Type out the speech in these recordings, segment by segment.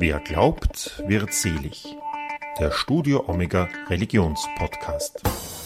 Wer glaubt, wird selig. Der Studio Omega Religionspodcast.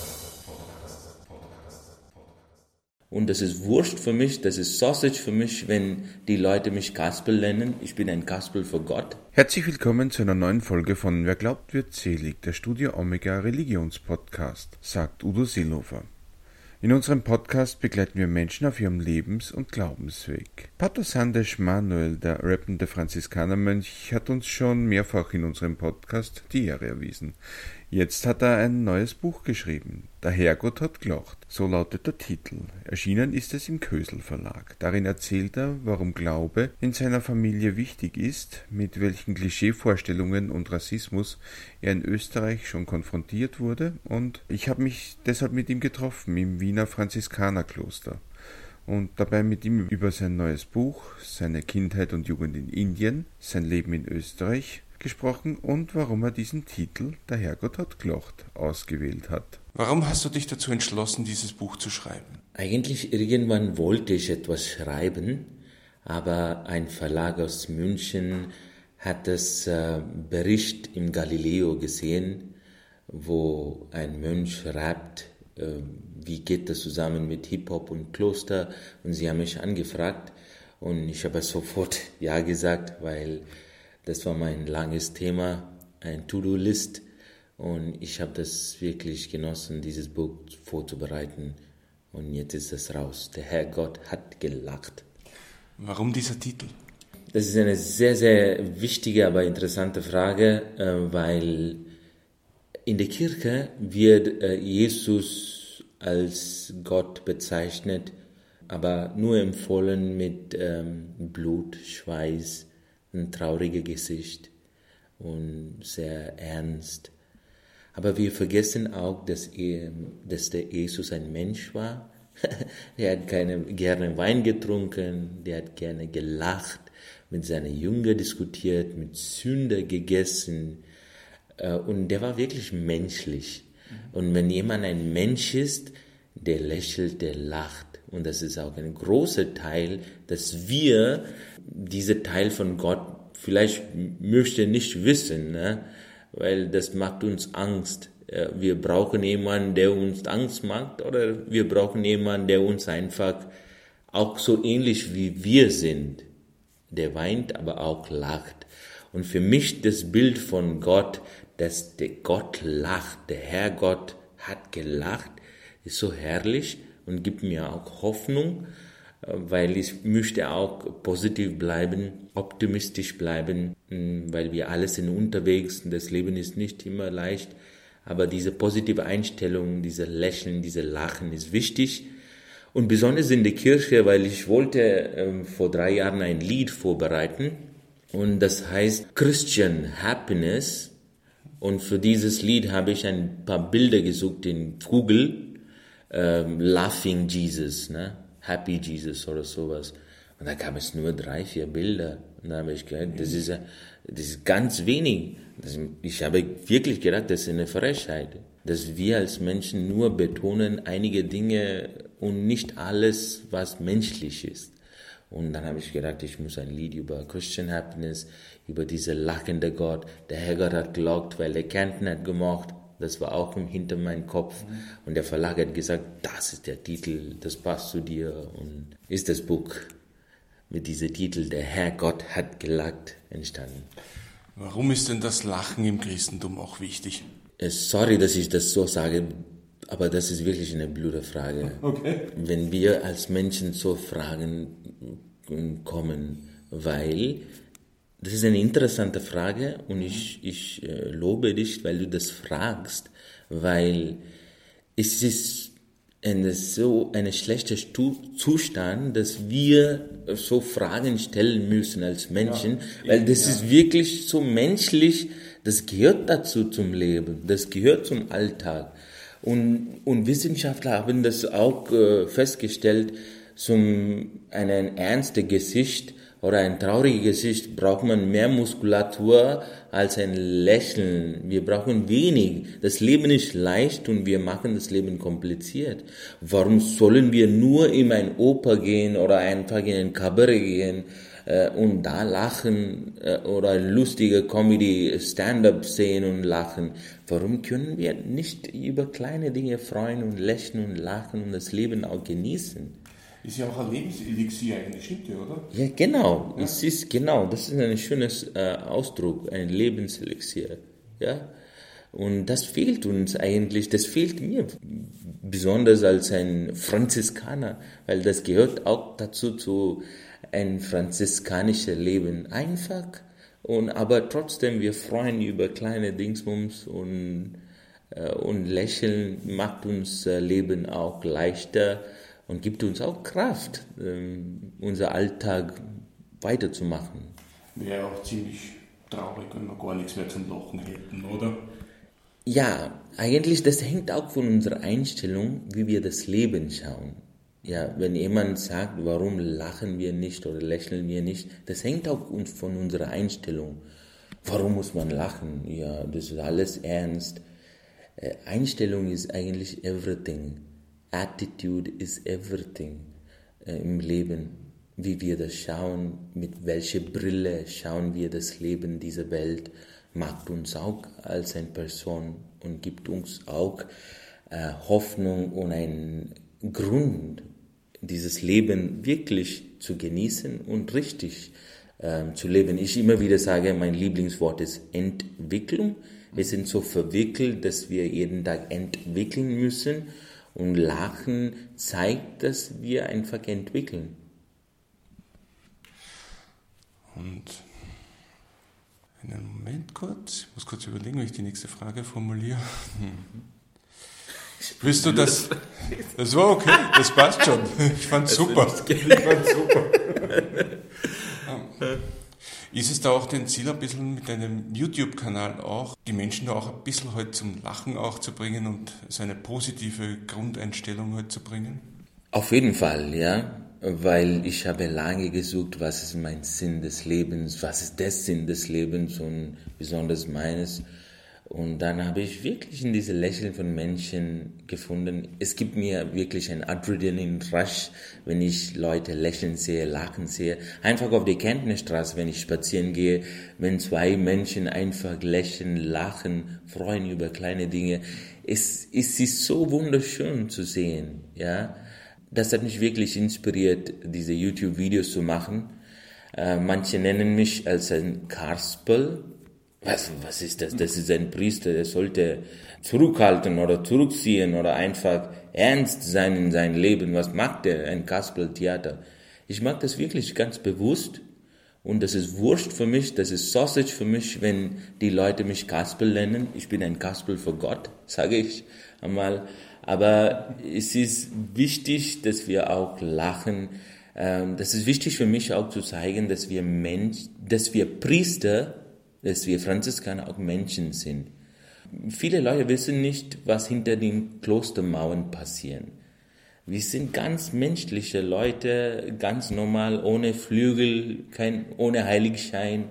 Und das ist Wurst für mich, das ist Sausage für mich, wenn die Leute mich Kasperl nennen. Ich bin ein Kasperl für Gott. Herzlich willkommen zu einer neuen Folge von Wer glaubt, wird selig, der Studio Omega Religionspodcast, sagt Udo Seelofer. In unserem Podcast begleiten wir Menschen auf ihrem Lebens- und Glaubensweg. Pater Sandesh Manuel, der rappende Franziskanermönch, hat uns schon mehrfach in unserem Podcast die Ehre erwiesen. Jetzt hat er ein neues Buch geschrieben. Der Herrgott hat gelacht. So lautet der Titel. Erschienen ist es im Kösel Verlag. Darin erzählt er, warum Glaube in seiner Familie wichtig ist, mit welchen Klischeevorstellungen und Rassismus er in Österreich schon konfrontiert wurde, und ich habe mich deshalb mit ihm getroffen im Wiener Franziskanerkloster und dabei mit ihm über sein neues Buch, seine Kindheit und Jugend in Indien, sein Leben in Österreich gesprochen und warum er diesen Titel »Der Herrgott hat gelacht« ausgewählt hat. Warum hast du dich dazu entschlossen, dieses Buch zu schreiben? Eigentlich irgendwann wollte ich etwas schreiben, aber ein Verlag aus München hat das Bericht im Galileo gesehen, wo ein Mönch rappt, wie geht das zusammen mit Hip-Hop und Kloster, und sie haben mich angefragt und ich habe sofort Ja gesagt, weil das war mein langes Thema, ein To-Do-List, und ich habe das wirklich genossen, dieses Buch vorzubereiten, und jetzt ist es raus. Der Herrgott hat gelacht. Warum dieser Titel? Das ist eine sehr, sehr wichtige, aber interessante Frage, weil in der Kirche wird Jesus als Gott bezeichnet, aber nur empfohlen mit Blut, Schweiß, ein trauriges Gesicht und sehr ernst. Aber wir vergessen auch, dass der Jesus ein Mensch war. Der hat gerne Wein getrunken, der hat gerne gelacht, mit seinen Jüngern diskutiert, mit Sünder gegessen. Und der war wirklich menschlich. Und wenn jemand ein Mensch ist, der lächelt, der lacht. Und das ist auch ein großer Teil, dass wir diese Teil von Gott vielleicht möchte nicht wissen, ne? Weil das macht uns Angst. Wir brauchen jemanden, der uns Angst macht, oder wir brauchen jemanden, der uns einfach auch so ähnlich wie wir sind, der weint, aber auch lacht. Und für mich das Bild von Gott, dass der Gott lacht, der Herrgott hat gelacht, ist so herrlich und gibt mir auch Hoffnung, weil ich möchte auch positiv bleiben, optimistisch bleiben, weil wir alle sind unterwegs und das Leben ist nicht immer leicht, aber diese positive Einstellung, diese Lächeln, diese Lachen ist wichtig, und besonders in der Kirche, weil ich wollte vor 3 Jahren ein Lied vorbereiten, und das heißt Christian Happiness, und für dieses Lied habe ich ein paar Bilder gesucht in Google, Laughing Jesus, ne? Happy Jesus oder sowas. Und da gab es nur 3-4 Bilder. Und da habe ich gedacht, das ist ganz wenig. Ich habe wirklich gedacht, das ist eine Frechheit. Dass wir als Menschen nur betonen einige Dinge und nicht alles, was menschlich ist. Und dann habe ich gedacht, ich muss ein Lied über Christian Happiness, über diese lachende Gott. Der Herrgott hat gelacht, weil der Kärnten hat gemocht. Das war auch hinter meinem Kopf. Und der Verlag hat gesagt, das ist der Titel, das passt zu dir. Und ist das Buch mit diesem Titel, Der Herrgott hat gelacht, entstanden. Warum ist denn das Lachen im Christentum auch wichtig? Sorry, dass ich das so sage, aber das ist wirklich eine blöde Frage. Okay. Wenn wir als Menschen so Fragen kommen, weil das ist eine interessante Frage, und ich lobe dich, weil du das fragst, weil es ist so ein schlechter Zustand, dass wir so Fragen stellen müssen als Menschen, weil das ist wirklich so menschlich, das gehört dazu zum Leben, das gehört zum Alltag. Und Wissenschaftler haben das auch festgestellt, ein ernstes Gesicht oder ein trauriges Gesicht braucht man mehr Muskulatur als ein Lächeln. Wir brauchen wenig. Das Leben ist leicht und wir machen das Leben kompliziert. Warum sollen wir nur in eine Oper gehen oder einfach in ein Kabarett gehen? und da lachen oder lustige Comedy, Stand-up sehen und lachen. Warum können wir nicht über kleine Dinge freuen und lächeln und lachen und das Leben auch genießen? Ist ja auch ein Lebenselixier eigentlich, stimmt ja, oder? Ja, genau. Ja. Das ist ein schönes Ausdruck, ein Lebenselixier. Ja? Und das fehlt uns eigentlich, das fehlt mir, besonders als ein Franziskaner, weil das gehört auch dazu, zu ein franziskanisches Leben. Einfach, aber trotzdem, wir freuen über kleine Dingsbums und Lächeln macht uns Leben auch leichter und gibt uns auch Kraft, unser Alltag weiterzumachen. Wäre auch ziemlich traurig, wenn wir gar nichts mehr zum Lachen hätten, oder? Ja, eigentlich, das hängt auch von unserer Einstellung, wie wir das Leben schauen. Ja, wenn jemand sagt, warum lachen wir nicht oder lächeln wir nicht, das hängt auch von unserer Einstellung. Warum muss man lachen? Ja, das ist alles ernst. Einstellung ist eigentlich everything. Attitude is everything im Leben. Wie wir das schauen, mit welcher Brille schauen wir das Leben, diese Welt, macht uns auch als eine Person und gibt uns auch Hoffnung und einen Grund, dieses Leben wirklich zu genießen und richtig zu leben. Ich immer wieder sage, mein Lieblingswort ist Entwicklung. Wir sind so verwickelt, dass wir jeden Tag entwickeln müssen und Lachen zeigt, dass wir einfach entwickeln. Und einen Moment kurz, ich muss kurz überlegen, wie ich die nächste Frage formuliere. Willst du das? Das war okay, das passt schon. Ich fand's super. Ist es da auch dein Ziel, ein bisschen mit deinem YouTube-Kanal auch, die Menschen da auch ein bisschen halt zum Lachen auch zu bringen und so eine positive Grundeinstellung halt zu bringen? Auf jeden Fall, ja. Weil ich habe lange gesucht, was ist mein Sinn des Lebens, was ist der Sinn des Lebens und besonders meines. Und dann habe ich wirklich in diese Lächeln von Menschen gefunden. Es gibt mir wirklich einen Adrenalin-Rush, wenn ich Leute lächeln sehe, lachen sehe. Einfach auf der Kärntnerstraße, wenn ich spazieren gehe, wenn zwei Menschen einfach lächeln, lachen, freuen über kleine Dinge. Es ist so wunderschön zu sehen, ja. Das hat mich wirklich inspiriert, diese YouTube-Videos zu machen. Manche nennen mich als ein Kasperl. Was ist das? Das ist ein Priester, der sollte zurückhalten oder zurückziehen oder einfach ernst sein in seinem Leben. Was macht der? Ein Kasperl-Theater. Ich mag das wirklich ganz bewusst und das ist Wurst für mich, das ist Sausage für mich, wenn die Leute mich Kasperl nennen. Ich bin ein Kasperl für Gott, sage ich einmal. Aber es ist wichtig, dass wir auch lachen. Das ist wichtig für mich auch zu zeigen, dass wir Priester, dass wir Franziskaner auch Menschen sind. Viele Leute wissen nicht, was hinter den Klostermauern passiert. Wir sind ganz menschliche Leute, ganz normal, ohne Flügel, ohne Heiligenschein.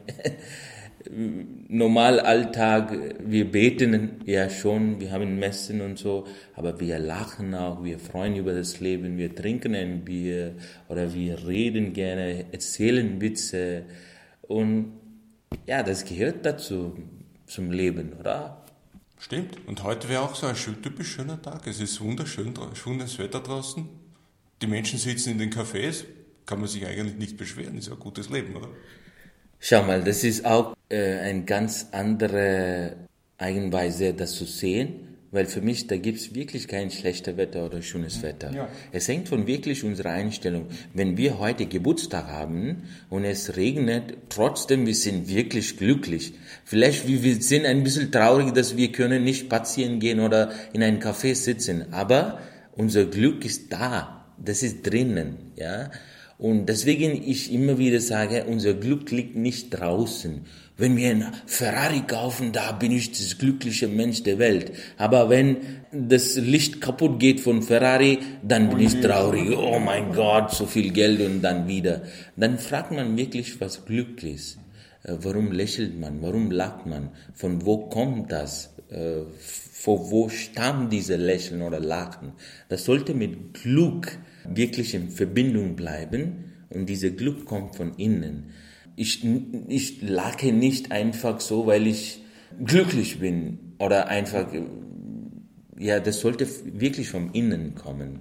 Normal Alltag, wir beten ja schon, wir haben Messen und so, aber wir lachen auch, wir freuen über das Leben, wir trinken ein Bier oder wir reden gerne, erzählen Witze und ja, das gehört dazu, zum Leben, oder? Stimmt, und heute wäre auch so ein typisch schöner Tag, es ist wunderschön, schönes Wetter draußen, die Menschen sitzen in den Cafés, kann man sich eigentlich nicht beschweren, ist ja ein gutes Leben, oder? Schau mal, das ist auch eine ganz andere Eigenweise, das zu sehen, weil für mich, da gibt es wirklich kein schlechtes Wetter oder schönes Wetter. Ja. Es hängt von wirklich unserer Einstellung. Wenn wir heute Geburtstag haben und es regnet, trotzdem, wir sind wirklich glücklich. Vielleicht, wir sind ein bisschen traurig, dass wir können nicht spazieren gehen oder in ein Café sitzen, aber unser Glück ist da, das ist drinnen, ja. Und deswegen ich immer wieder sage, unser Glück liegt nicht draußen. Wenn wir einen Ferrari kaufen, da bin ich das glückliche Mensch der Welt. Aber wenn das Licht kaputt geht von Ferrari, dann bin ich traurig. Oh mein Gott, so viel Geld und dann wieder. Dann fragt man wirklich, was Glück ist. Warum lächelt man? Warum lacht man? Von wo kommt das? Von wo stammt diese Lächeln oder Lachen? Das sollte mit Glück wirklich in Verbindung bleiben Und dieses Glück kommt von innen. Ich lache nicht einfach so, weil ich glücklich bin oder einfach, das sollte wirklich vom Innen kommen.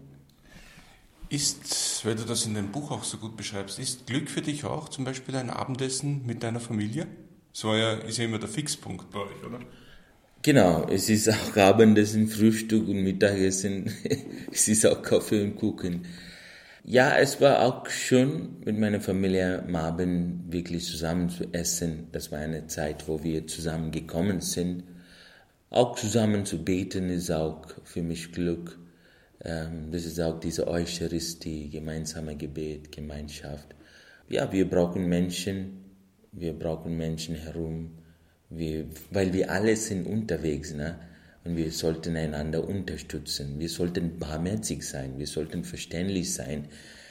Weil du das in deinem Buch auch so gut beschreibst, ist Glück für dich auch zum Beispiel ein Abendessen mit deiner Familie? Ist ja immer der Fixpunkt bei euch, oder? Genau, es ist auch Abendessen, Frühstück und Mittagessen, es ist auch Kaffee und Kuchen. Ja, es war auch schön, mit meiner Familie am Abend wirklich zusammen zu essen. Das war eine Zeit, wo wir zusammen gekommen sind. Auch zusammen zu beten ist auch für mich Glück. Das ist auch diese Eucharistie, gemeinsame Gebet, Gemeinschaft. Ja, wir brauchen Menschen herum, weil wir alle sind unterwegs, ne? Und wir sollten einander unterstützen. Wir sollten barmherzig sein. Wir sollten verständlich sein.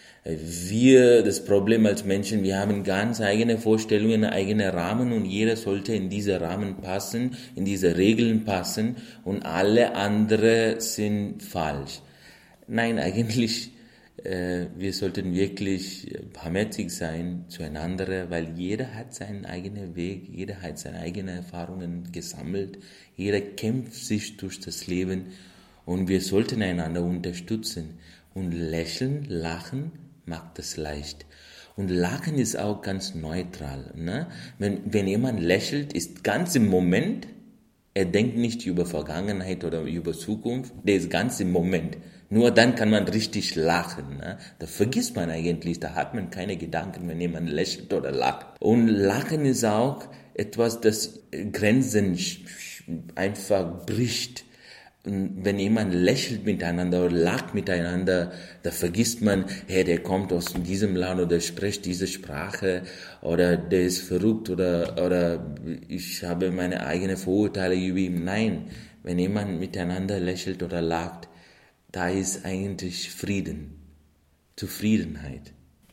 Das Problem als Menschen, wir haben ganz eigene Vorstellungen, eigene Rahmen und jeder sollte in diese Rahmen passen, in diese Regeln passen und alle anderen sind falsch. Nein, eigentlich, wir sollten wirklich barmherzig sein zueinander, weil jeder hat seinen eigenen Weg, jeder hat seine eigenen Erfahrungen gesammelt, jeder kämpft sich durch das Leben und wir sollten einander unterstützen. Und lächeln, lachen macht das leicht. Und Lachen ist auch ganz neutral. Ne? Wenn jemand lächelt, ist ganz im Moment, er denkt nicht über Vergangenheit oder über Zukunft, der ist ganz im Moment. Nur dann kann man richtig lachen. Ne? Da vergisst man eigentlich, da hat man keine Gedanken, wenn jemand lächelt oder lacht. Und Lachen ist auch etwas, das Grenzen einfach bricht. Und wenn jemand lächelt miteinander oder lacht miteinander, da vergisst man, hey, der kommt aus diesem Land oder spricht diese Sprache oder der ist verrückt oder ich habe meine eigenen Vorurteile über ihn. Nein, wenn jemand miteinander lächelt oder lacht, da ist eigentlich Frieden, Zufriedenheit.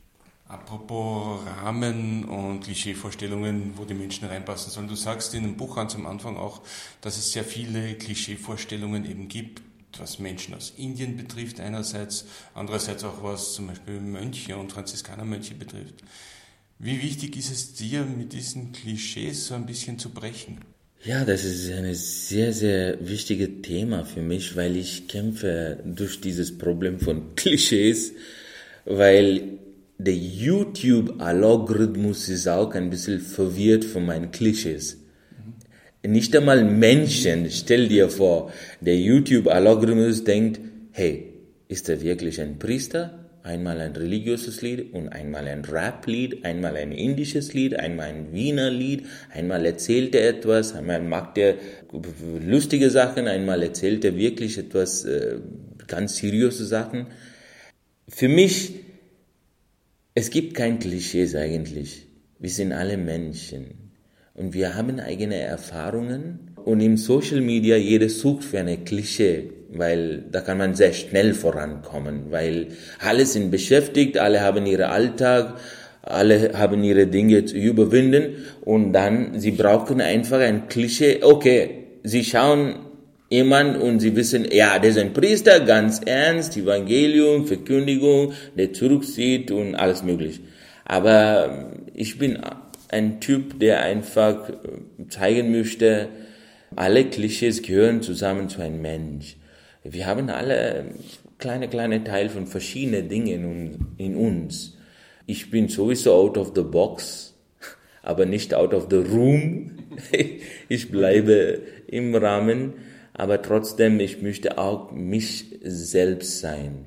Apropos Rahmen und Klischeevorstellungen, wo die Menschen reinpassen sollen. Du sagst in dem Buch ganz am Anfang auch, dass es sehr viele Klischeevorstellungen eben gibt, was Menschen aus Indien betrifft einerseits, andererseits auch was zum Beispiel Mönche und Franziskanermönche betrifft. Wie wichtig ist es dir, mit diesen Klischees so ein bisschen zu brechen? Ja, das ist ein sehr, sehr wichtiges Thema für mich, weil ich kämpfe durch dieses Problem von Klischees, weil der YouTube-Algorithmus ist auch ein bisschen verwirrt von meinen Klischees. Nicht einmal Menschen, stell dir vor, der YouTube-Algorithmus denkt, hey, ist er wirklich ein Priester? Einmal ein religiöses Lied und einmal ein Rap-Lied, einmal ein indisches Lied, einmal ein Wiener Lied, einmal erzählt er etwas, einmal macht er lustige Sachen, einmal erzählt er wirklich etwas ganz seriöse Sachen. Für mich, es gibt kein Klischees eigentlich. Wir sind alle Menschen und wir haben eigene Erfahrungen und im Social Media jeder sucht für eine Klischee, weil da kann man sehr schnell vorankommen, weil alle sind beschäftigt, alle haben ihren Alltag, alle haben ihre Dinge zu überwinden und dann, sie brauchen einfach ein Klischee, okay, sie schauen jemand und sie wissen, ja, der ist ein Priester, ganz ernst, Evangelium, Verkündigung, der zurückzieht und alles mögliche. Aber ich bin ein Typ, der einfach zeigen möchte, alle Klischees gehören zusammen zu einem Mensch. Wir haben alle kleine Teil von verschiedenen Dingen in uns. Ich bin sowieso out of the box, aber nicht out of the room. Ich bleibe im Rahmen, aber trotzdem, ich möchte auch mich selbst sein.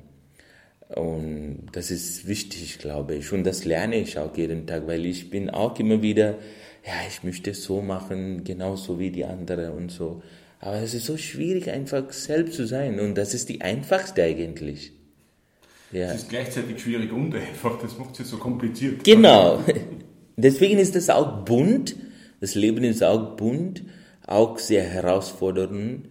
Und das ist wichtig, glaube ich. Und das lerne ich auch jeden Tag, weil ich bin auch immer wieder, ja, ich möchte es so machen, genauso wie die anderen und so. Aber es ist so schwierig, einfach selbst zu sein. Und das ist die einfachste eigentlich. Ja. Es ist gleichzeitig schwierig und einfach. Das macht es so kompliziert. Genau. Deswegen ist es auch bunt. Das Leben ist auch bunt, auch sehr herausfordernd,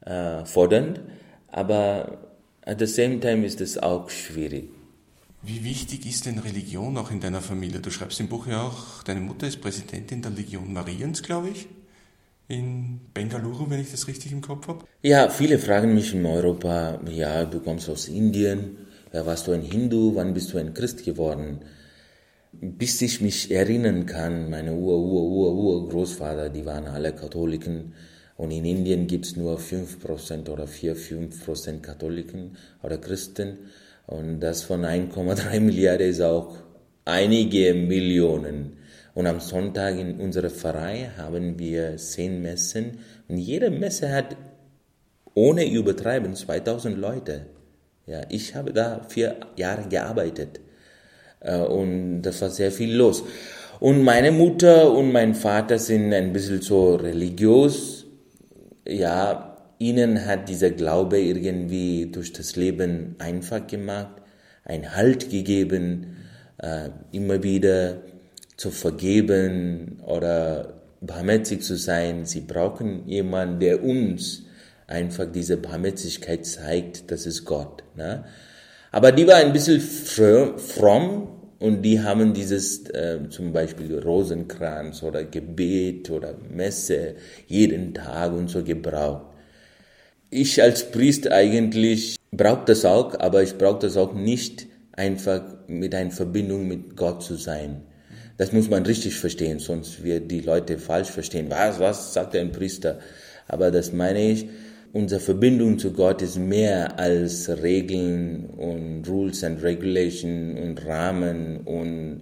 aber at the same time ist es auch schwierig. Wie wichtig ist denn Religion auch in deiner Familie? Du schreibst im Buch ja auch, deine Mutter ist Präsidentin der Legion Mariens, glaube ich, in Bengaluru, wenn ich das richtig im Kopf habe. Ja, viele fragen mich in Europa, ja, du kommst aus Indien, warst du ein Hindu, wann bist du ein Christ geworden? Bis ich mich erinnern kann, meine Urgroßvater, die waren alle Katholiken. Und in Indien gibt es nur 5% oder 4-5% Katholiken oder Christen. Und das von 1,3 Milliarden ist auch einige Millionen. Und am Sonntag in unserer Pfarrei haben wir 10 Messen. Und jede Messe hat, ohne übertreiben, 2000 Leute. Ja, ich habe da 4 Jahre gearbeitet. Und das war sehr viel los. Und meine Mutter und mein Vater sind ein bisschen so religiös. Ja, ihnen hat dieser Glaube irgendwie durch das Leben einfach gemacht, einen Halt gegeben, immer wieder zu vergeben oder barmherzig zu sein. Sie brauchen jemanden, der uns einfach diese Barmherzigkeit zeigt, das ist Gott. Ne? Aber die war ein bisschen fromm und die haben dieses zum Beispiel Rosenkranz oder Gebet oder Messe jeden Tag und so gebraucht. Ich als Priester eigentlich brauche das auch, aber ich brauche das auch nicht einfach mit einer Verbindung mit Gott zu sein. Das muss man richtig verstehen, sonst wird die Leute falsch verstehen. Was sagt ein Priester? Aber das meine ich, unsere Verbindung zu Gott ist mehr als Regeln und Rules and Regulation und Rahmen und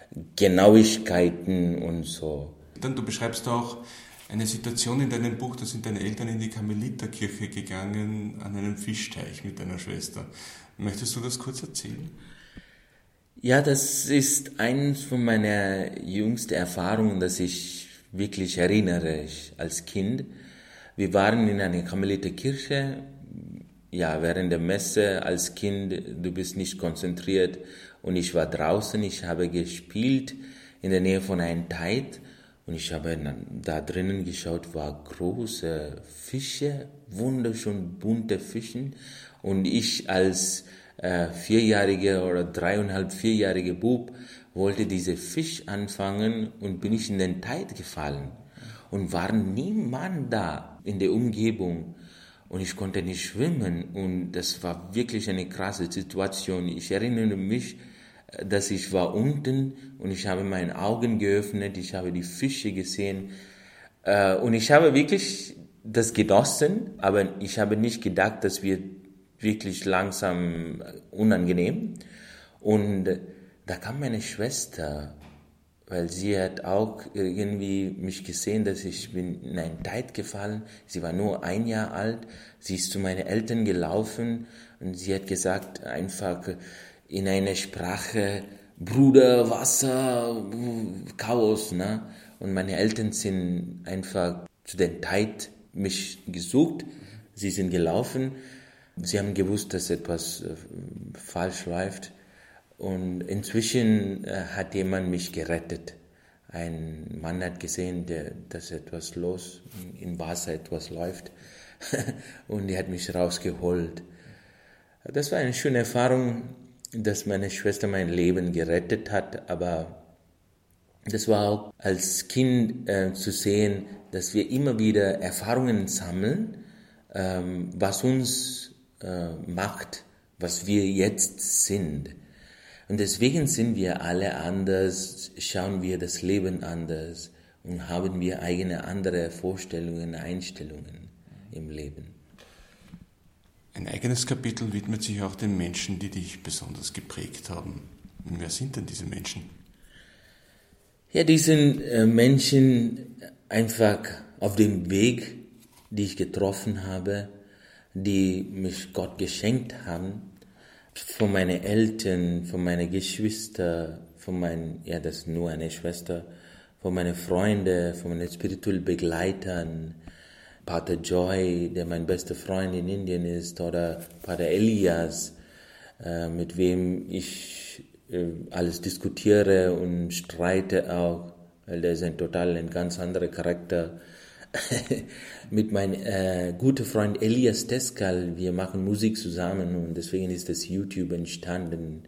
Genauigkeiten und so. Dann, du beschreibst auch eine Situation in deinem Buch, da sind deine Eltern in die Karmeliterkirche gegangen, an einem Fischteich mit deiner Schwester. Möchtest du das kurz erzählen? Ja, das ist eines von meiner jüngsten Erfahrungen, das ich wirklich erinnere, als Kind. Wir waren in einer Karmeliterkirche, ja, während der Messe als Kind, du bist nicht konzentriert und ich war draußen, ich habe gespielt in der Nähe von einem Teich und ich habe da drinnen geschaut, war große Fische, wunderschön bunte Fische und ich als 4-jähriger oder 3,5-4-jähriger Bub wollte diese Fisch anfangen und bin ich in den Teich gefallen. Und war niemand da in der Umgebung und ich konnte nicht schwimmen und das war wirklich eine krasse Situation. Ich erinnere mich, dass ich war unten und ich habe meine Augen geöffnet, ich habe die Fische gesehen und ich habe wirklich das genossen, aber ich habe nicht gedacht, das wird wirklich langsam unangenehm. Und da kam meine Schwester, weil sie hat auch irgendwie mich gesehen, dass ich bin in einen Teich gefallen. Sie war nur 1 Jahr alt. Sie ist zu meinen Eltern gelaufen und sie hat gesagt einfach in einer Sprache, Bruder, Wasser, Chaos. Ne? Und meine Eltern sind einfach zu dem Teich mich gesucht. Sie sind gelaufen. Sie haben gewusst, dass etwas falsch läuft. Und inzwischen hat jemand mich gerettet. Ein Mann hat gesehen, dass etwas im Wasser etwas läuft. Und er hat mich rausgeholt. Das war eine schöne Erfahrung, dass meine Schwester mein Leben gerettet hat. Aber das war auch als Kind zu sehen, dass wir immer wieder Erfahrungen sammeln, was uns macht, was wir jetzt sind. Und deswegen sind wir alle anders, schauen wir das Leben anders und haben wir eigene andere Vorstellungen, Einstellungen im Leben. Ein eigenes Kapitel widmet sich auch den Menschen, die dich besonders geprägt haben. Und wer sind denn diese Menschen? Ja, die sind Menschen einfach auf dem Weg, die ich getroffen habe, die mich Gott geschenkt haben. Von meinen Eltern, von meinen Geschwistern, das ist nur eine Schwester, von meinen Freunden, von meinen spirituellen Begleitern, Pater Joy, der mein bester Freund in Indien ist, oder Pater Elias, mit wem ich alles diskutiere und streite auch, weil der ist ein ganz anderer Charakter. Mit meinem guten Freund Elias Teskal, wir machen Musik zusammen und deswegen ist das YouTube entstanden.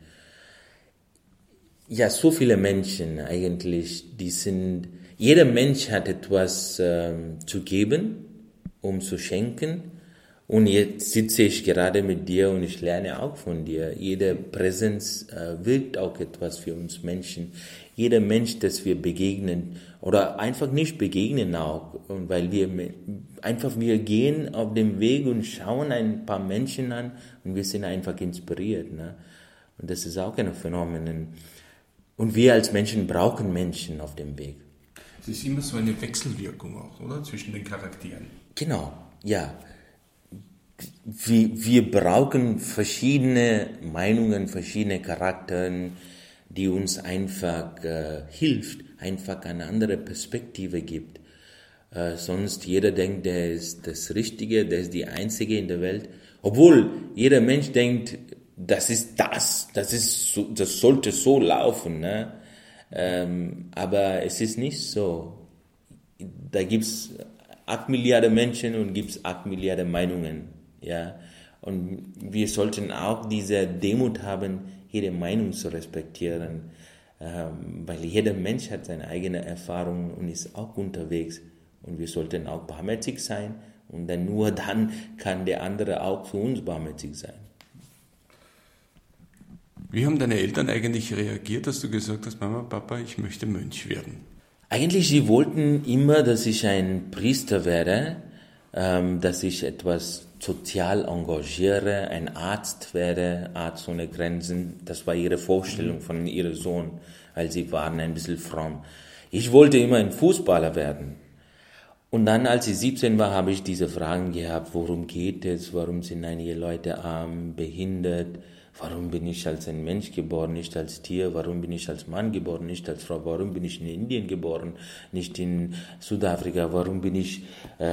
Ja, so viele Menschen eigentlich, jeder Mensch hat etwas zu geben, um zu schenken Und jetzt sitze ich gerade mit dir und ich lerne auch von dir. Jede Präsenz wirkt auch etwas für uns Menschen. Jeder Mensch, das wir begegnen oder einfach nicht begegnen auch. Und weil wir gehen auf dem Weg und schauen ein paar Menschen an und wir sind einfach inspiriert. Ne? Und das ist auch ein Phänomen. Und wir als Menschen brauchen Menschen auf dem Weg. Es ist immer so eine Wechselwirkung auch, oder? Zwischen den Charakteren. Genau, ja. Wir brauchen verschiedene Meinungen, verschiedene Charakteren, die uns einfach hilft, einfach eine andere Perspektive gibt. Sonst jeder denkt, der ist das Richtige, der ist die Einzige in der Welt. Obwohl jeder Mensch denkt, das sollte so laufen, ne? Aber es ist nicht so. Da gibt's 8 Milliarden Menschen und gibt's 8 Milliarden Meinungen, ja. Und wir sollten auch diese Demut haben, jede Meinung zu respektieren, weil jeder Mensch hat seine eigene Erfahrung und ist auch unterwegs. Und wir sollten auch barmherzig sein und nur dann kann der andere auch für uns barmherzig sein. Wie haben deine Eltern eigentlich reagiert, dass du gesagt hast, Mama, Papa, ich möchte Mönch werden? Eigentlich, sie wollten immer, dass ich ein Priester werde, dass ich etwas sozial engagiere, ein Arzt werde, Arzt ohne Grenzen. Das war ihre Vorstellung von ihrem Sohn, weil sie waren ein bisschen fromm. Ich wollte immer ein Fußballer werden. Und dann, als ich 17 war, habe ich diese Fragen gehabt, worum geht es, warum sind einige Leute arm, behindert, warum bin ich als ein Mensch geboren, nicht als Tier, warum bin ich als Mann geboren, nicht als Frau, warum bin ich in Indien geboren, nicht in Südafrika, warum bin ich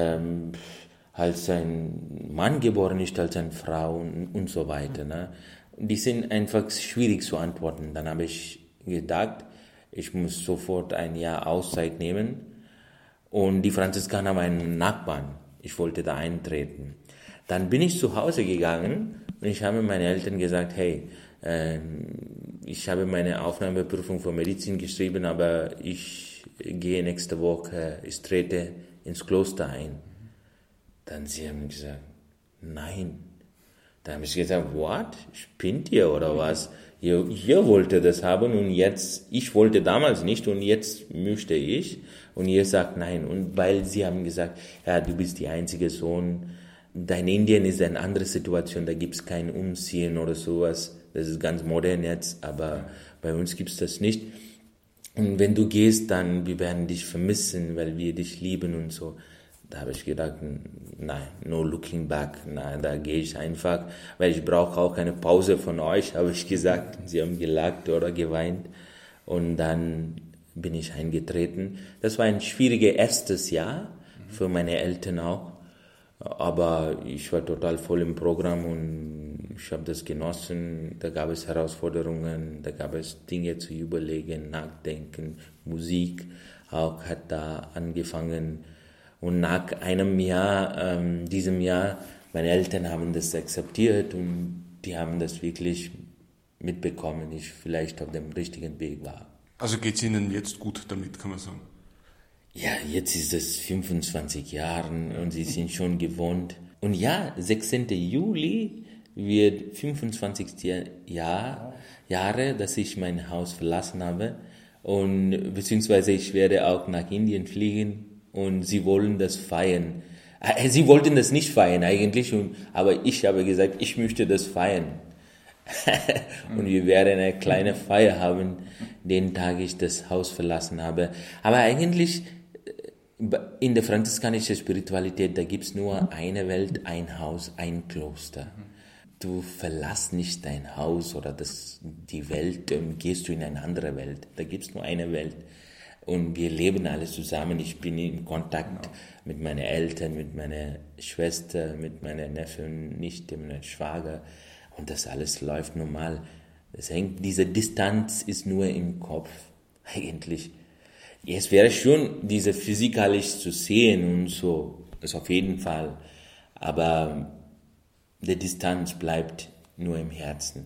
als ein Mann geboren, nicht als eine Frau und so weiter. Ne? Die sind einfach schwierig zu antworten. Dann habe ich gedacht, ich muss sofort ein Jahr Auszeit nehmen. Und die Franziskaner haben einen Nachbarn. Ich wollte da eintreten. Dann bin ich zu Hause gegangen und ich habe meinen Eltern gesagt, hey, ich habe meine Aufnahmeprüfung für Medizin geschrieben, aber ich gehe nächste Woche, ich trete ins Kloster ein. Dann sie haben gesagt, nein. Dann habe ich gesagt, what? Spinnt ihr oder was? Ihr wolltet das haben und jetzt, ich wollte damals nicht und jetzt möchte ich und ihr sagt nein. Und weil sie haben gesagt, ja, du bist der einzige Sohn, dein Indien ist eine andere Situation, da gibt es kein Umziehen oder sowas. Das ist ganz modern jetzt, aber bei uns gibt es das nicht. Und wenn du gehst, dann, wir werden dich vermissen, weil wir dich lieben und so. Da habe ich gedacht, nein, no looking back, nein, da gehe ich einfach, weil ich brauche auch eine Pause von euch, habe ich gesagt. Sie haben gelacht oder geweint und dann bin ich eingetreten. Das war ein schwieriges erstes Jahr für meine Eltern auch, aber ich war total voll im Programm und ich habe das genossen. Da gab es Herausforderungen, da gab es Dinge zu überlegen, nachdenken, Musik auch hat da angefangen. Und nach einem Jahr, diesem Jahr, meine Eltern haben das akzeptiert und die haben das wirklich mitbekommen, ich vielleicht auf dem richtigen Weg war. Also geht es Ihnen jetzt gut damit, kann man sagen? Ja, jetzt ist es 25 Jahre und sie sind schon gewohnt. Und ja, 16. Juli wird 25. Jahre, dass ich mein Haus verlassen habe. Und beziehungsweise ich werde auch nach Indien fliegen. Und sie wollen das feiern. Sie wollten das nicht feiern eigentlich, aber ich habe gesagt, ich möchte das feiern. Und wir werden eine kleine Feier haben, den Tag ich das Haus verlassen habe. Aber eigentlich in der franziskanischen Spiritualität, da gibt es nur eine Welt, ein Haus, ein Kloster. Du verlässt nicht dein Haus oder die Welt und gehst du in eine andere Welt. Da gibt es nur eine Welt. Und wir leben alle zusammen. Ich bin in Kontakt mit meinen Eltern, mit meiner Schwester, mit meinen Neffen, Nichte, mit meinem Schwager. Und das alles läuft normal. Diese Distanz ist nur im Kopf, eigentlich. Es wäre schon, diese physikalisch zu sehen und so, das auf jeden Fall. Aber die Distanz bleibt nur im Herzen.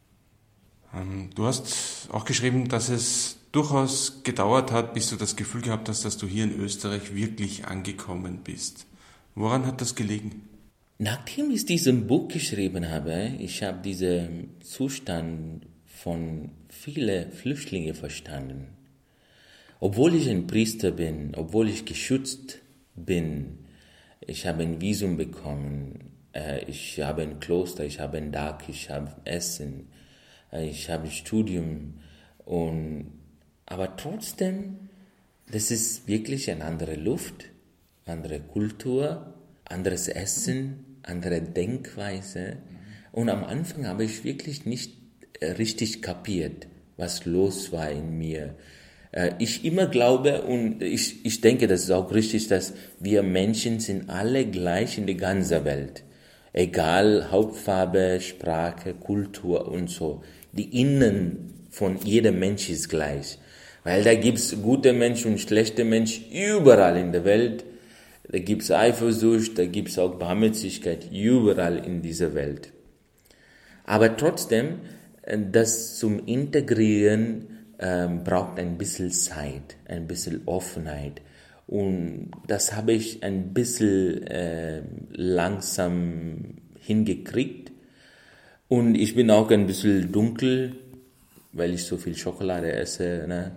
Du hast auch geschrieben, dass es durchaus gedauert hat, bis du das Gefühl gehabt hast, dass du hier in Österreich wirklich angekommen bist. Woran hat das gelegen? Nachdem ich dieses Buch geschrieben habe, ich habe diesen Zustand von vielen Flüchtlingen verstanden. Obwohl ich ein Priester bin, obwohl ich geschützt bin, ich habe ein Visum bekommen, ich habe ein Kloster, ich habe ein Dach, ich habe Essen, ich habe ein Studium, aber trotzdem, das ist wirklich eine andere Luft, andere Kultur, anderes Essen, andere Denkweise. Und am Anfang habe ich wirklich nicht richtig kapiert, was los war in mir. Ich immer glaube und ich denke, das ist auch richtig, dass wir Menschen sind alle gleich in der ganzen Welt. Egal Hautfarbe, Sprache, Kultur und so. Die Innen von jedem Mensch ist gleich. Weil da gibt es gute Menschen und schlechte Menschen überall in der Welt. Da gibt es Eifersucht, da gibt es auch Barmherzigkeit überall in dieser Welt. Aber trotzdem, das zum Integrieren braucht ein bisschen Zeit, ein bisschen Offenheit. Und das habe ich ein bisschen langsam hingekriegt. Und ich bin auch ein bisschen dunkel, weil ich so viel Schokolade esse. Ne?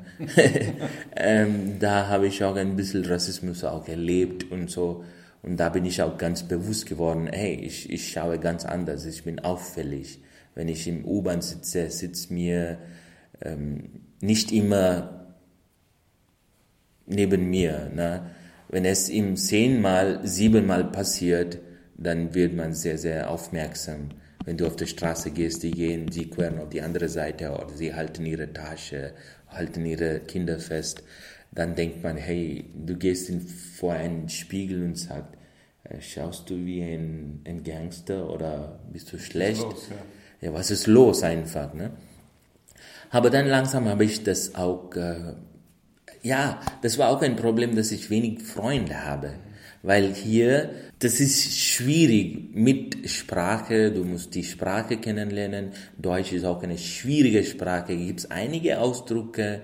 Da habe ich auch ein bisschen Rassismus auch erlebt und so. Und da bin ich auch ganz bewusst geworden, hey, ich schaue ganz anders, ich bin auffällig. Wenn ich im U-Bahn sitze, sitzt mir nicht immer neben mir. Ne? Wenn es ihm 10-mal, 7-mal passiert, dann wird man sehr, sehr aufmerksam. Wenn du auf der Straße gehst, sie queren auf die andere Seite oder sie halten ihre Tasche, halten ihre Kinder fest, dann denkt man, hey, du gehst vor einen Spiegel und sagst, schaust du wie ein Gangster oder bist du schlecht? Was ist los, ja? Ja, was ist los einfach, ne? Aber dann langsam habe ich das auch, das war auch ein Problem, dass ich wenig Freunde habe. Weil hier, das ist schwierig mit Sprache, du musst die Sprache kennenlernen. Deutsch ist auch eine schwierige Sprache, gibt es einige Ausdrücke,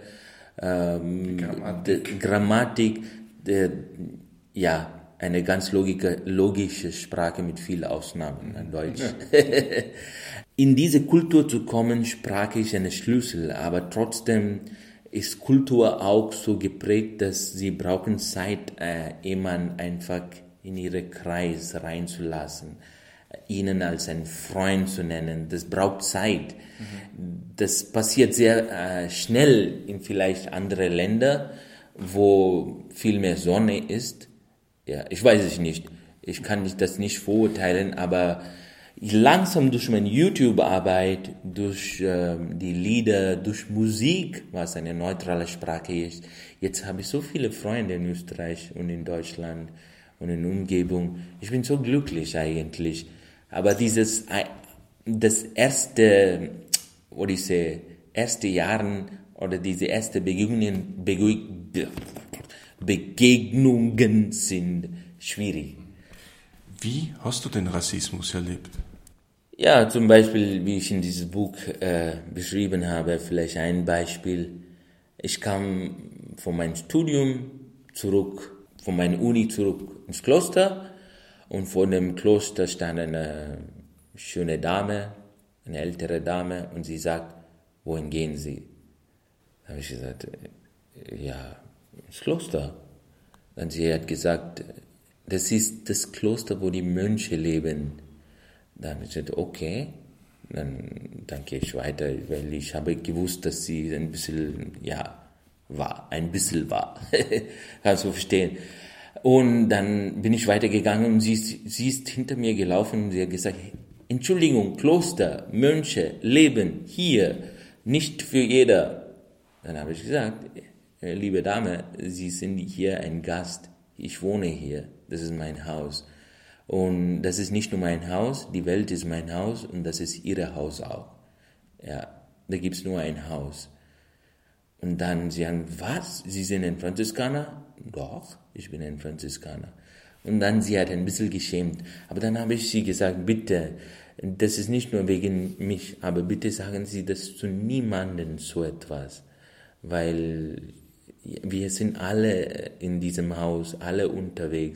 Grammatik, eine ganz logische Sprache mit vielen Ausnahmen, Deutsch. In diese Kultur zu kommen, Sprache ist ein Schlüssel, aber trotzdem ist Kultur auch so geprägt, dass sie brauchen Zeit, jemanden einfach in ihren Kreis reinzulassen, ihnen als einen Freund zu nennen. Das braucht Zeit. Das passiert sehr schnell in vielleicht andere Länder, wo viel mehr Sonne ist. Ja, ich weiß es nicht. Ich kann das nicht verurteilen, aber langsam durch meine YouTube-Arbeit, durch die Lieder, durch Musik, was eine neutrale Sprache ist, jetzt habe ich so viele Freunde in Österreich und in Deutschland und in der Umgebung. Ich bin so glücklich eigentlich. Aber das erste Jahren oder diese erste Begegnungen sind schwierig. Wie hast du den Rassismus erlebt? Ja, zum Beispiel, wie ich in diesem Buch beschrieben habe, vielleicht ein Beispiel. Ich kam von meinem Studium zurück, von meiner Uni zurück ins Kloster und vor dem Kloster stand eine schöne Dame, eine ältere Dame und sie sagt, wohin gehen Sie? Da habe ich gesagt, ja, ins Kloster. Dann sie hat gesagt, das ist das Kloster, wo die Mönche leben. Dann habe ich gesagt, okay, dann gehe ich weiter, weil ich habe gewusst, dass sie ein bisschen war. Kannst du verstehen. Und dann bin ich weitergegangen und sie ist hinter mir gelaufen und sie hat gesagt, Entschuldigung, Kloster, Mönche leben hier, nicht für jeder. Dann habe ich gesagt, liebe Dame, Sie sind hier ein Gast, ich wohne hier, das ist mein Haus. Und das ist nicht nur mein Haus, die Welt ist mein Haus und das ist Ihr Haus auch. Ja, da gibt es nur ein Haus. Und dann sie sagen, was? Sie sind ein Franziskaner? Doch, ich bin ein Franziskaner. Und dann sie hat ein bisschen geschämt. Aber dann habe ich sie gesagt, bitte, das ist nicht nur wegen mich, aber bitte sagen Sie das zu niemandem so etwas. Weil wir sind alle in diesem Haus, alle unterwegs.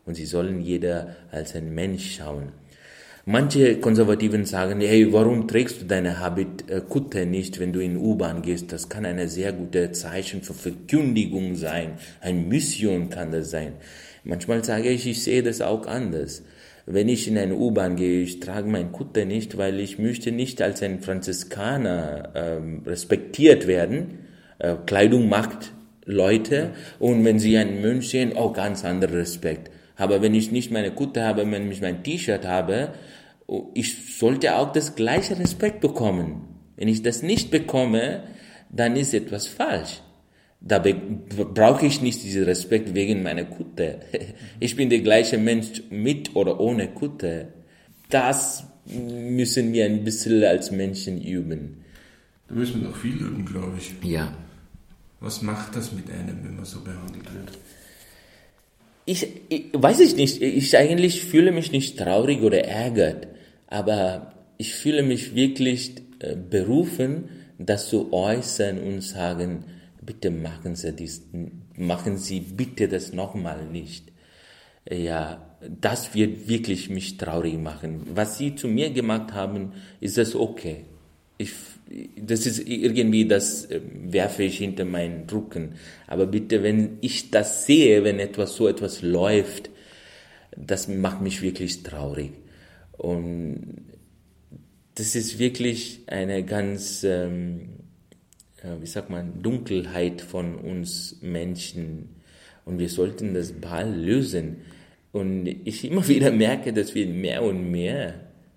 und sie sollen jeder als ein Mensch schauen. Manche Konservativen sagen, hey, warum trägst du deine Kutte nicht, wenn du in U-Bahn gehst? Das kann ein sehr gutes Zeichen für Verkündigung sein. Eine Mission kann das sein. Manchmal sage ich sehe das auch anders. Wenn ich in eine U-Bahn gehe, ich trage meine Kutte nicht, weil ich möchte nicht als ein Franziskaner respektiert werden. Kleidung macht Leute, und wenn sie einen Mönch sehen, ganz anderer Respekt. Aber wenn ich nicht meine Kutte habe, wenn ich mein T-Shirt habe, ich sollte auch das gleiche Respekt bekommen. Wenn ich das nicht bekomme, dann ist etwas falsch. Da brauche ich nicht diesen Respekt wegen meiner Kutte. Ich bin der gleiche Mensch mit oder ohne Kutte. Das müssen wir ein bisschen als Menschen üben. Da müssen wir noch viel üben, glaube ich. Ja. Was macht das mit einem, wenn man so behandelt wird? Ich weiß ich nicht. Ich eigentlich fühle mich nicht traurig oder ärgert, aber ich fühle mich wirklich berufen, das zu äußern und sagen, bitte machen Sie bitte das nochmal nicht. Ja, das wird wirklich mich traurig machen. Was Sie zu mir gemacht haben, ist das okay. Das ist irgendwie, das werfe ich hinter meinen Rücken. Aber bitte, wenn ich das sehe, wenn so etwas läuft, das macht mich wirklich traurig. Und das ist wirklich eine ganz, Dunkelheit von uns Menschen. Und wir sollten das bald lösen. Und ich immer wieder merke, dass wir mehr und mehr,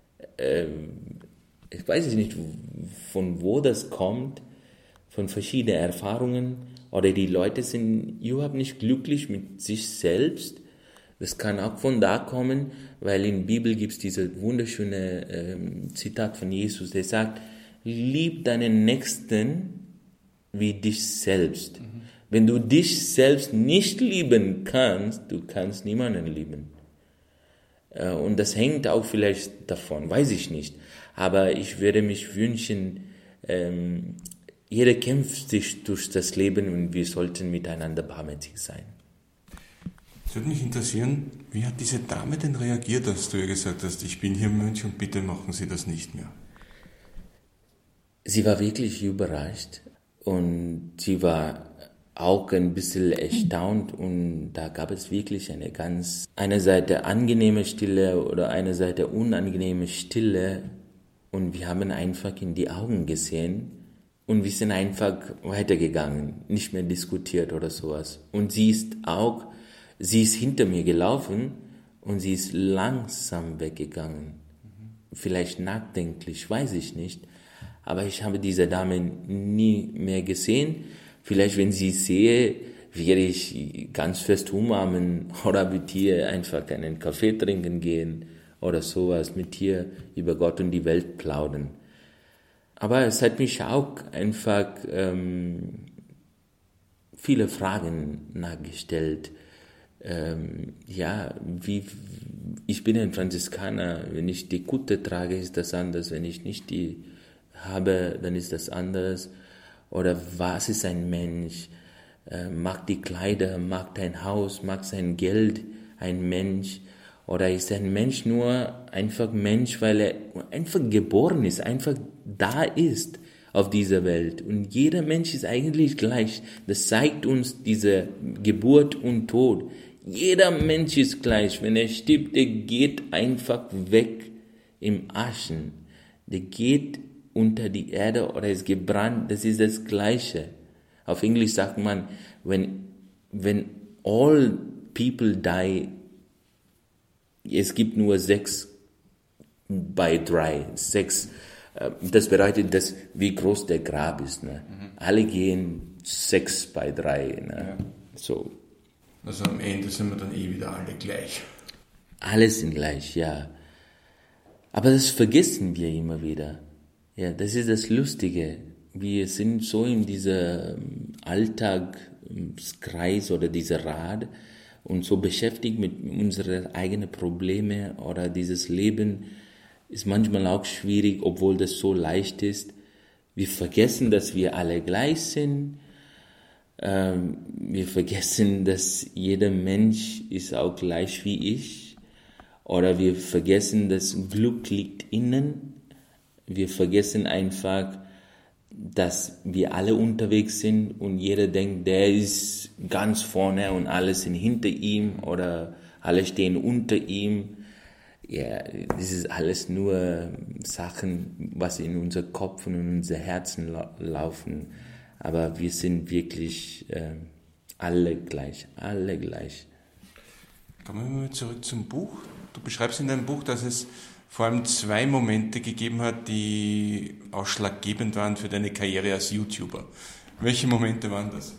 ich weiß nicht, von wo das kommt, von verschiedenen Erfahrungen, oder die Leute sind überhaupt nicht glücklich mit sich selbst. Das kann auch von da kommen, weil in der Bibel gibt es dieses wunderschöne Zitat von Jesus, der sagt, lieb deinen Nächsten wie dich selbst. Wenn du dich selbst nicht lieben kannst, du kannst niemanden lieben. Und das hängt auch vielleicht davon, weiß ich nicht. Aber ich würde mich wünschen, jeder kämpft sich durch das Leben und wir sollten miteinander barmherzig sein. Es würde mich interessieren, wie hat diese Dame denn reagiert, als du ihr gesagt hast, ich bin hier Mönch und bitte machen Sie das nicht mehr? Sie war wirklich überrascht und sie war auch ein bisschen erstaunt, und da gab es wirklich eine Seite angenehme Stille oder eine Seite unangenehme Stille, und wir haben einfach in die Augen gesehen und wir sind einfach weitergegangen, nicht mehr diskutiert oder sowas. Und sie ist hinter mir gelaufen und sie ist langsam weggegangen. Vielleicht nachdenklich, weiß ich nicht. Aber ich habe diese Dame nie mehr gesehen. Vielleicht, wenn sie sehe, werde ich ganz fest umarmen oder mit ihr einfach einen Kaffee trinken gehen oder sowas, mit ihr über Gott und die Welt plaudern. Aber es hat mich auch einfach viele Fragen nachgestellt. Ich bin ein Franziskaner, wenn ich die Kutte trage, ist das anders, wenn ich nicht die habe, dann ist das anders. Oder was ist ein Mensch? Mag die Kleider, mag dein Haus, mag sein Geld ein Mensch? Oder ist ein Mensch nur einfach Mensch, weil er einfach geboren ist, einfach da ist auf dieser Welt? Und jeder Mensch ist eigentlich gleich. Das zeigt uns diese Geburt und Tod. Jeder Mensch ist gleich. Wenn er stirbt, der geht einfach weg im Aschen. Der geht unter die Erde oder ist gebrannt. Das ist das Gleiche. Auf Englisch sagt man, when all people die, es gibt nur 6 bei 3. 6. Das bedeutet, wie groß der Grab ist. Ne? Alle gehen 6 bei 3. Ne? Ja. So. Also am Ende sind wir dann wieder alle gleich. Alle sind gleich, ja. Aber das vergessen wir immer wieder. Ja, das ist das Lustige. Wir sind so in diesem Alltagskreis oder dieser Rad und so beschäftigt mit unseren eigenen Problemen, oder dieses Leben ist manchmal auch schwierig, obwohl das so leicht ist. Wir vergessen, dass wir alle gleich sind. Wir vergessen, dass jeder Mensch ist auch gleich wie ich. Oder wir vergessen, dass Glück liegt innen. Wir vergessen einfach, dass wir alle unterwegs sind und jeder denkt, der ist ganz vorne und alle sind hinter ihm oder alle stehen unter ihm. Ja, das ist alles nur Sachen, was in unser Kopf und in unser Herzen laufen. Aber wir sind wirklich alle gleich, alle gleich. Kommen wir mal zurück zum Buch. Du beschreibst in deinem Buch, dass es vor allem 2 Momente gegeben hat, die ausschlaggebend waren für deine Karriere als YouTuber. Welche Momente waren das?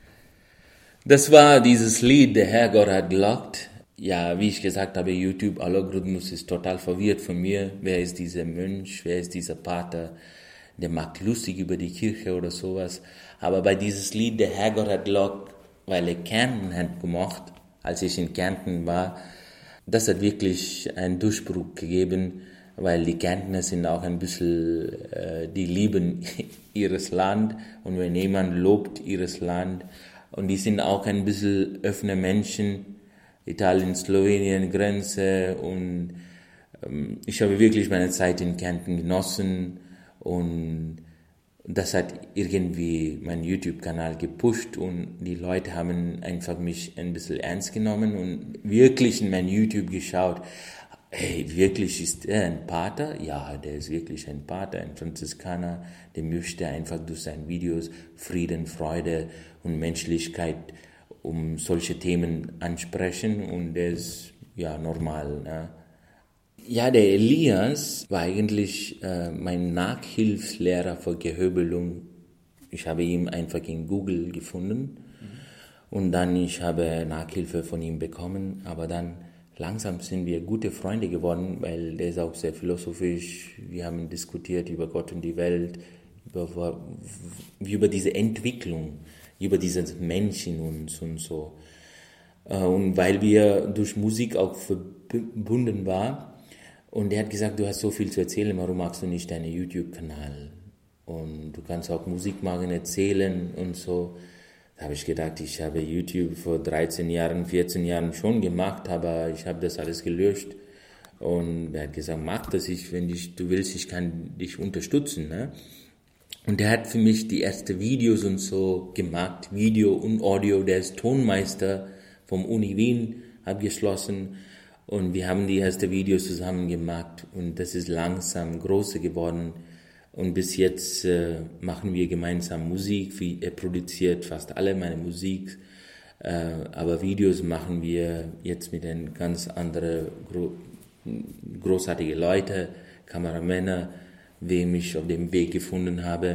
Das war dieses Lied, der Herrgott hat gelockt. Ja, wie ich gesagt habe, YouTube-Algorithmus ist total verwirrt von mir. Wer ist dieser Mönch? Wer ist dieser Pater? Der macht lustig über die Kirche oder sowas. Aber bei dieses Lied, der Herrgott hat gelockt, weil er Kärnten hat gemacht, als ich in Kärnten war, das hat wirklich einen Durchbruch gegeben, weil die Kärntner sind auch ein bisschen, die lieben ihres Land und wenn jemand lobt ihres Land und die sind auch ein bisschen offene Menschen, Italien-Slowenien-Grenze und ich habe wirklich meine Zeit in Kärnten genossen und das hat irgendwie meinen YouTube-Kanal gepusht und die Leute haben einfach mich ein bisschen ernst genommen und wirklich in mein YouTube geschaut. Hey, wirklich ist er ein Pater? Ja, der ist wirklich ein Pater, ein Franziskaner, der möchte einfach durch seine Videos Frieden, Freude und Menschlichkeit um solche Themen ansprechen und der ist ja normal. Ne? Ja, der Elias war eigentlich mein Nachhilfslehrer für Gehöbelung. Ich habe ihn einfach in Google gefunden und dann ich habe Nachhilfe von ihm bekommen. Aber dann langsam sind wir gute Freunde geworden, weil der ist auch sehr philosophisch. Wir haben diskutiert über Gott und die Welt, über diese Entwicklung, über dieses Menschen und so. Und weil wir durch Musik auch verbunden waren, und er hat gesagt, du hast so viel zu erzählen, warum machst du nicht deinen YouTube-Kanal? Und du kannst auch Musik machen, erzählen und so. Da habe ich gedacht, ich habe YouTube vor 13 Jahren, 14 Jahren schon gemacht, aber ich habe das alles gelöscht. Und er hat gesagt, mach das, wenn du willst, ich kann dich unterstützen. Ne? Und er hat für mich die ersten Videos und so gemacht, Video und Audio. Der ist Tonmeister vom Uni Wien abgeschlossen. Und wir haben die ersten Videos zusammen gemacht und das ist langsam größer geworden. Und bis jetzt machen wir gemeinsam Musik. Er produziert fast alle meine Musik. Aber Videos machen wir jetzt mit den ganz anderen großartigen Leuten, Kameramänner, wem ich auf dem Weg gefunden habe.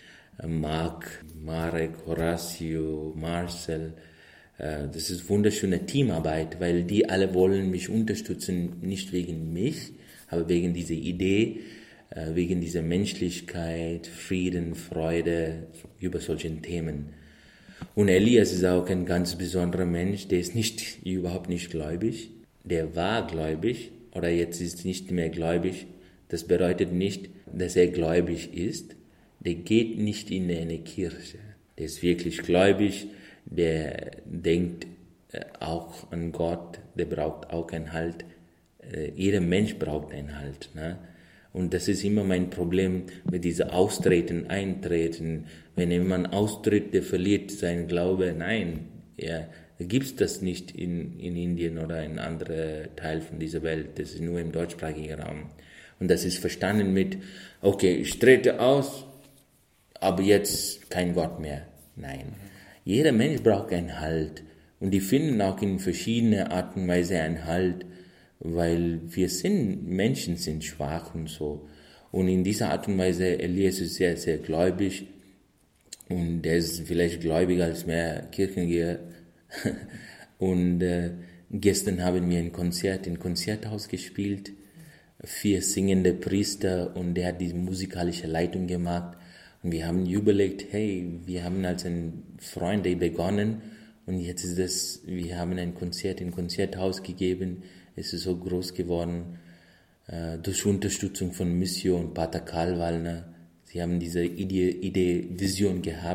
Marek, Horacio, Marcel. Das ist wunderschöne Teamarbeit, weil die alle wollen mich unterstützen, nicht wegen mich, aber wegen dieser Idee, wegen dieser Menschlichkeit, Frieden, Freude, über solche Themen. Und Elias ist auch ein ganz besonderer Mensch, der ist überhaupt nicht gläubig, der war gläubig oder jetzt ist nicht mehr gläubig. Das bedeutet nicht, dass er gläubig ist, der geht nicht in eine Kirche, der ist wirklich gläubig, der denkt auch an Gott, der braucht auch einen Halt. Jeder Mensch braucht einen Halt. Ne? Und das ist immer mein Problem mit diesem Austreten, Eintreten. Wenn jemand austritt, der verliert seinen Glaube. Nein, da gibt es das nicht in Indien oder in anderen Teilen von dieser Welt. Das ist nur im deutschsprachigen Raum. Und das ist verstanden mit, okay, ich trete aus, aber jetzt kein Gott mehr. Nein. Jeder Mensch braucht einen Halt und die finden auch in verschiedenen Arten und Weise einen Halt, weil Menschen sind schwach und so. Und in dieser Art und Weise, Elias ist sehr, sehr gläubig und er ist vielleicht gläubiger als mehr Kirchengeher. Und gestern haben wir ein Konzert im Konzerthaus gespielt, 4 singende Priester und der hat die musikalische Leitung gemacht. Und wir haben überlegt, hey, wir haben als ein Freund begonnen und jetzt wir haben ein Konzert im Konzerthaus gegeben. Es ist so groß geworden durch Unterstützung von Missio und Pater Karl Wallner. Sie haben diese Idee, Vision gehabt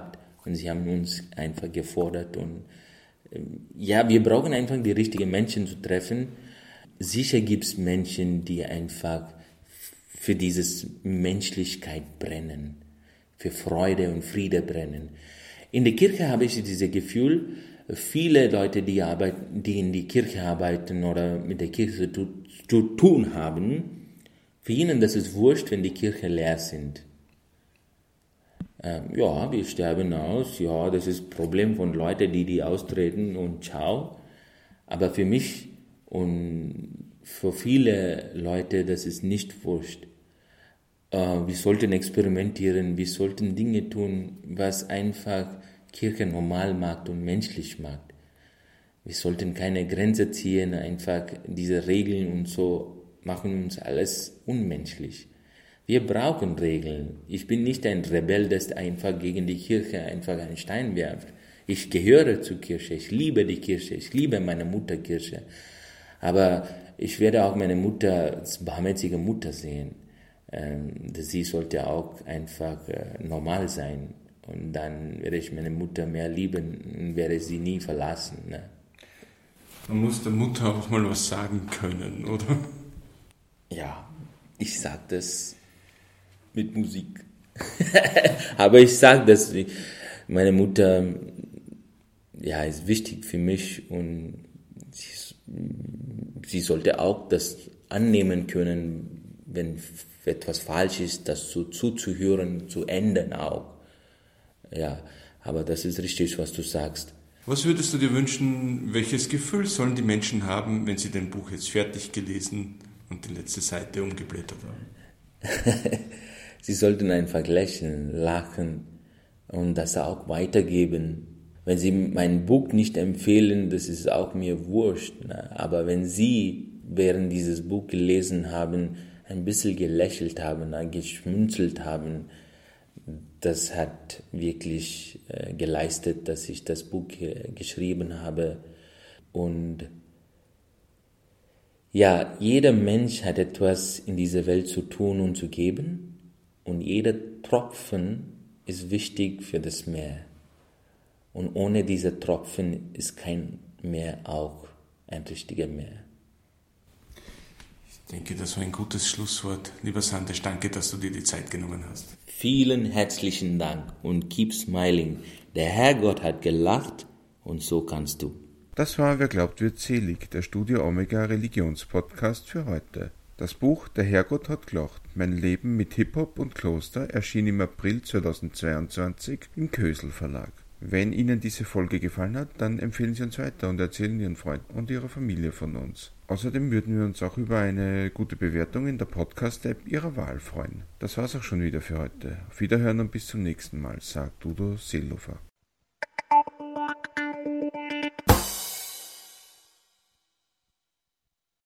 Und sie haben uns einfach gefordert. Und ja, wir brauchen einfach die richtigen Menschen zu treffen. Sicher gibt es Menschen, die einfach für diese Menschlichkeit brennen, für Freude und Friede brennen. In der Kirche habe ich dieses Gefühl, viele Leute, die in die Kirche arbeiten oder mit der Kirche zu tun haben, für ihnen das ist wurscht, wenn die Kirche leer sind. Ja, wir sterben aus, ja, das ist das Problem von Leuten, die austreten und ciao. Aber für mich und für viele Leute, das ist nicht wurscht. Wir sollten experimentieren, wir sollten Dinge tun, was einfach Kirche normal macht und menschlich macht. Wir sollten keine Grenze ziehen, einfach diese Regeln und so machen uns alles unmenschlich. Wir brauchen Regeln. Ich bin nicht ein Rebell, der einfach gegen die Kirche einfach einen Stein wirft. Ich gehöre zur Kirche, ich liebe die Kirche, ich liebe meine Mutterkirche. Aber ich werde auch meine Mutter als barmherzige Mutter sehen. Sie sollte auch einfach normal sein. Und dann werde ich meine Mutter mehr lieben und werde sie nie verlassen. Ne? Man muss der Mutter auch mal was sagen können, oder? Ja, ich sage das mit Musik. Aber ich sage das, meine Mutter ja, ist wichtig für mich und sie sollte auch das annehmen können, wenn etwas falsch ist, das zuzuhören, zu ändern auch. Ja, aber das ist richtig, was du sagst. Was würdest du dir wünschen, welches Gefühl sollen die Menschen haben, wenn sie dein Buch jetzt fertig gelesen und die letzte Seite umgeblättert haben? Sie sollten einfach lächeln, lachen und das auch weitergeben. Wenn Sie mein Buch nicht empfehlen, das ist auch mir wurscht. Ne? Aber wenn Sie während dieses Buch gelesen haben, ein bisschen gelächelt haben, geschmunzelt haben, das hat wirklich geleistet, dass ich das Buch geschrieben habe. Und ja, jeder Mensch hat etwas in dieser Welt zu tun und zu geben. Und jeder Tropfen ist wichtig für das Meer. Und ohne diese Tropfen ist kein Meer auch ein richtiger Meer. Ich denke, das war ein gutes Schlusswort. Lieber Sandesh, danke, dass du dir die Zeit genommen hast. Vielen herzlichen Dank und keep smiling. Der Herrgott hat gelacht und so kannst du. Das war Wer glaubt, wird selig, der Studio Omega Religionspodcast für heute. Das Buch Der Herrgott hat gelacht, mein Leben mit Hip-Hop und Kloster erschien im April 2022 im Kösel Verlag. Wenn Ihnen diese Folge gefallen hat, dann empfehlen Sie uns weiter und erzählen Ihren Freunden und Ihrer Familie von uns. Außerdem würden wir uns auch über eine gute Bewertung in der Podcast-App Ihrer Wahl freuen. Das war's auch schon wieder für heute. Auf Wiederhören und bis zum nächsten Mal, sagt Udo Seelofer.